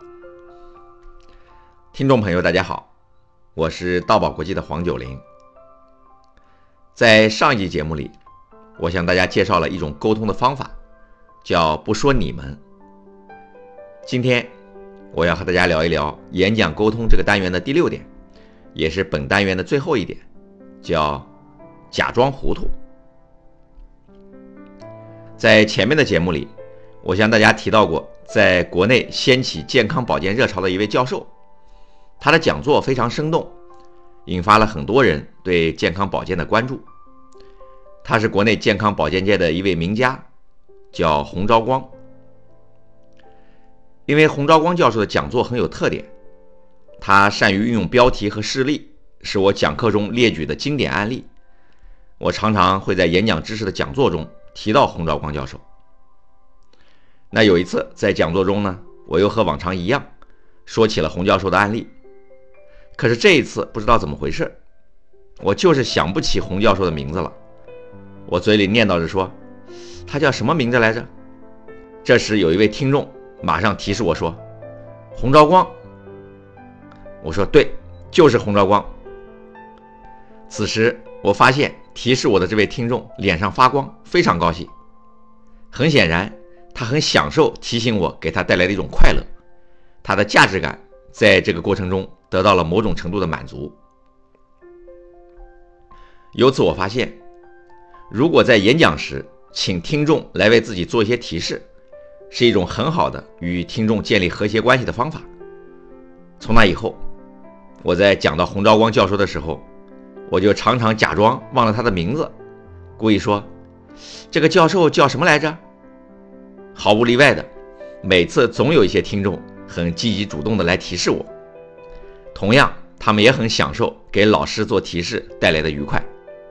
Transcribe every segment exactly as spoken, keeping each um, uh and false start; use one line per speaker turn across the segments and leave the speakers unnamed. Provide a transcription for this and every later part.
听众朋友大家好，我是道宝国际的黄九龄。在上一集节目里，我向大家介绍了一种沟通的方法，叫不说你们。今天我要和大家聊一聊演讲沟通这个单元的第六点，也是本单元的最后一点，叫假装糊涂。在前面的节目里，我向大家提到过，在国内掀起健康保健热潮的一位教授，他的讲座非常生动，引发了很多人对健康保健的关注。他是国内健康保健界的一位名家，叫洪昭光。因为洪昭光教授的讲座很有特点，他善于运用标题和事例，是我讲课中列举的经典案例。我常常会在演讲知识的讲座中提到洪昭光教授。那有一次在讲座中呢，我又和往常一样说起了洪教授的案例。可是这一次不知道怎么回事，我就是想不起洪教授的名字了。我嘴里念叨着说，他叫什么名字来着？这时有一位听众马上提示我说，洪昭光。我说对，就是洪昭光。此时我发现提示我的这位听众脸上发光，非常高兴。很显然他很享受提醒我给他带来的一种快乐，他的价值感在这个过程中得到了某种程度的满足。由此我发现，如果在演讲时请听众来为自己做一些提示，是一种很好的与听众建立和谐关系的方法。从那以后，我在讲到洪昭光教授的时候，我就常常假装忘了他的名字，故意说，这个教授叫什么来着？毫无例外的，每次总有一些听众很积极主动的来提示我，同样他们也很享受给老师做提示带来的愉快。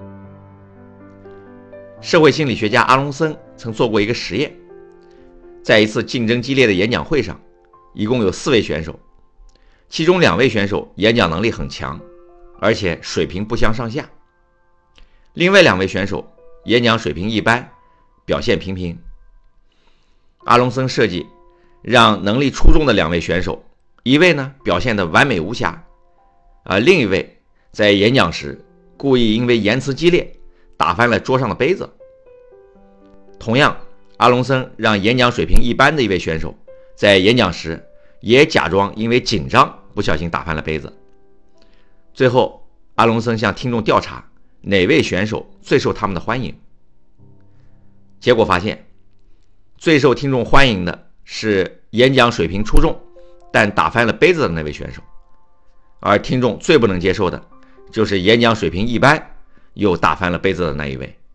社会心理学家阿隆森曾做过一个实验，在一次竞争激烈的演讲会上，一共有四位选手，其中两位选手演讲能力很强，而且水平不相上下，另外两位选手演讲水平一般，表现平平。阿隆森设计让能力出众的两位选手，一位呢表现得完美无瑕，而另一位在演讲时故意因为言辞激烈打翻了桌上的杯子。同样，阿隆森让演讲水平一般的一位选手在演讲时也假装因为紧张不小心打翻了杯子。最后阿隆森向听众调查哪位选手最受他们的欢迎，结果发现最受听众欢迎的是演讲水平出众但打翻了杯子的那位选手，而听众最不能接受的就是演讲水平一般又打翻了杯子的那一位。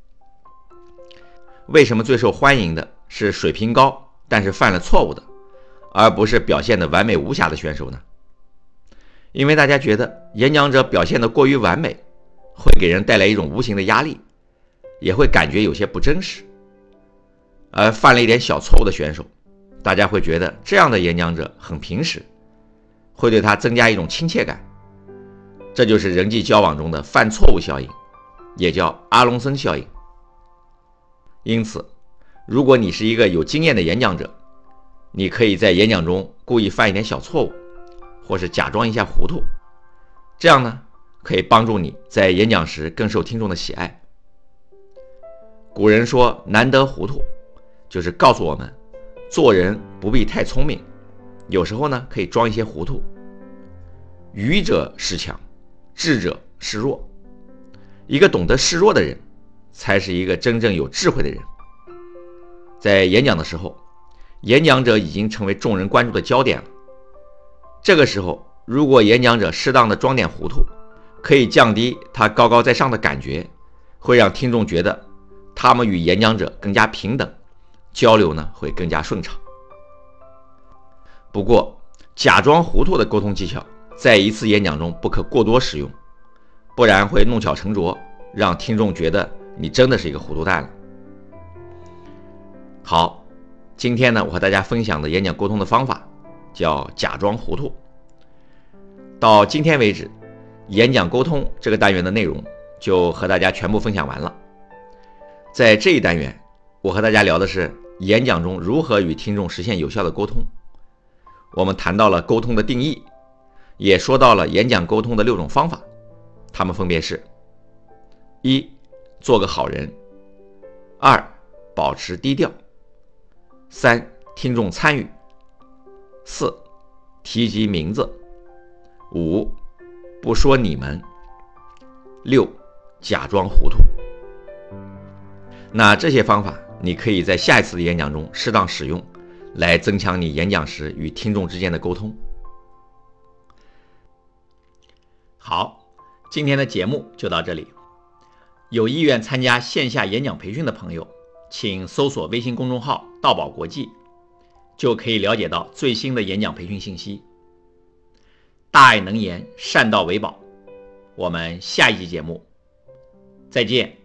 为什么最受欢迎的是水平高但是犯了错误的，而不是表现得完美无瑕的选手呢？因为大家觉得演讲者表现得过于完美，会给人带来一种无形的压力，也会感觉有些不真实。而犯了一点小错误的选手，大家会觉得这样的演讲者很平实，会对他增加一种亲切感。这就是人际交往中的犯错误效应，也叫阿隆森效应。因此，如果你是一个有经验的演讲者，你可以在演讲中故意犯一点小错误，或是假装一下糊涂，这样呢，可以帮助你在演讲时更受听众的喜爱。古人说难得糊涂，就是告诉我们做人不必太聪明，有时候呢可以装一些糊涂。愚者是强，智者是弱，一个懂得示弱的人才是一个真正有智慧的人。在演讲的时候，演讲者已经成为众人关注的焦点了，这个时候如果演讲者适当的装点糊涂，可以降低他高高在上的感觉，会让听众觉得他们与演讲者更加平等，交流呢会更加顺畅。不过假装糊涂的沟通技巧在一次演讲中不可过多使用，不然会弄巧成拙，让听众觉得你真的是一个糊涂蛋了。好，今天呢我和大家分享的演讲沟通的方法叫假装糊涂。到今天为止，演讲沟通这个单元的内容就和大家全部分享完了。在这一单元，我和大家聊的是演讲中如何与听众实现有效的沟通。 我们谈到了沟通的定义，也说到了演讲沟通的六种方法，它们分别是：一、做个好人；二、保持低调；三、听众参与；四、提及名字；五、不说你们；六、假装糊涂。那这些方法你可以在下一次的演讲中适当使用，来增强你演讲时与听众之间的沟通。好，今天的节目就到这里。有意愿参加线下演讲培训的朋友，请搜索微信公众号道宝国际，就可以了解到最新的演讲培训信息。大爱能言，善道为宝。我们下一期节目再见。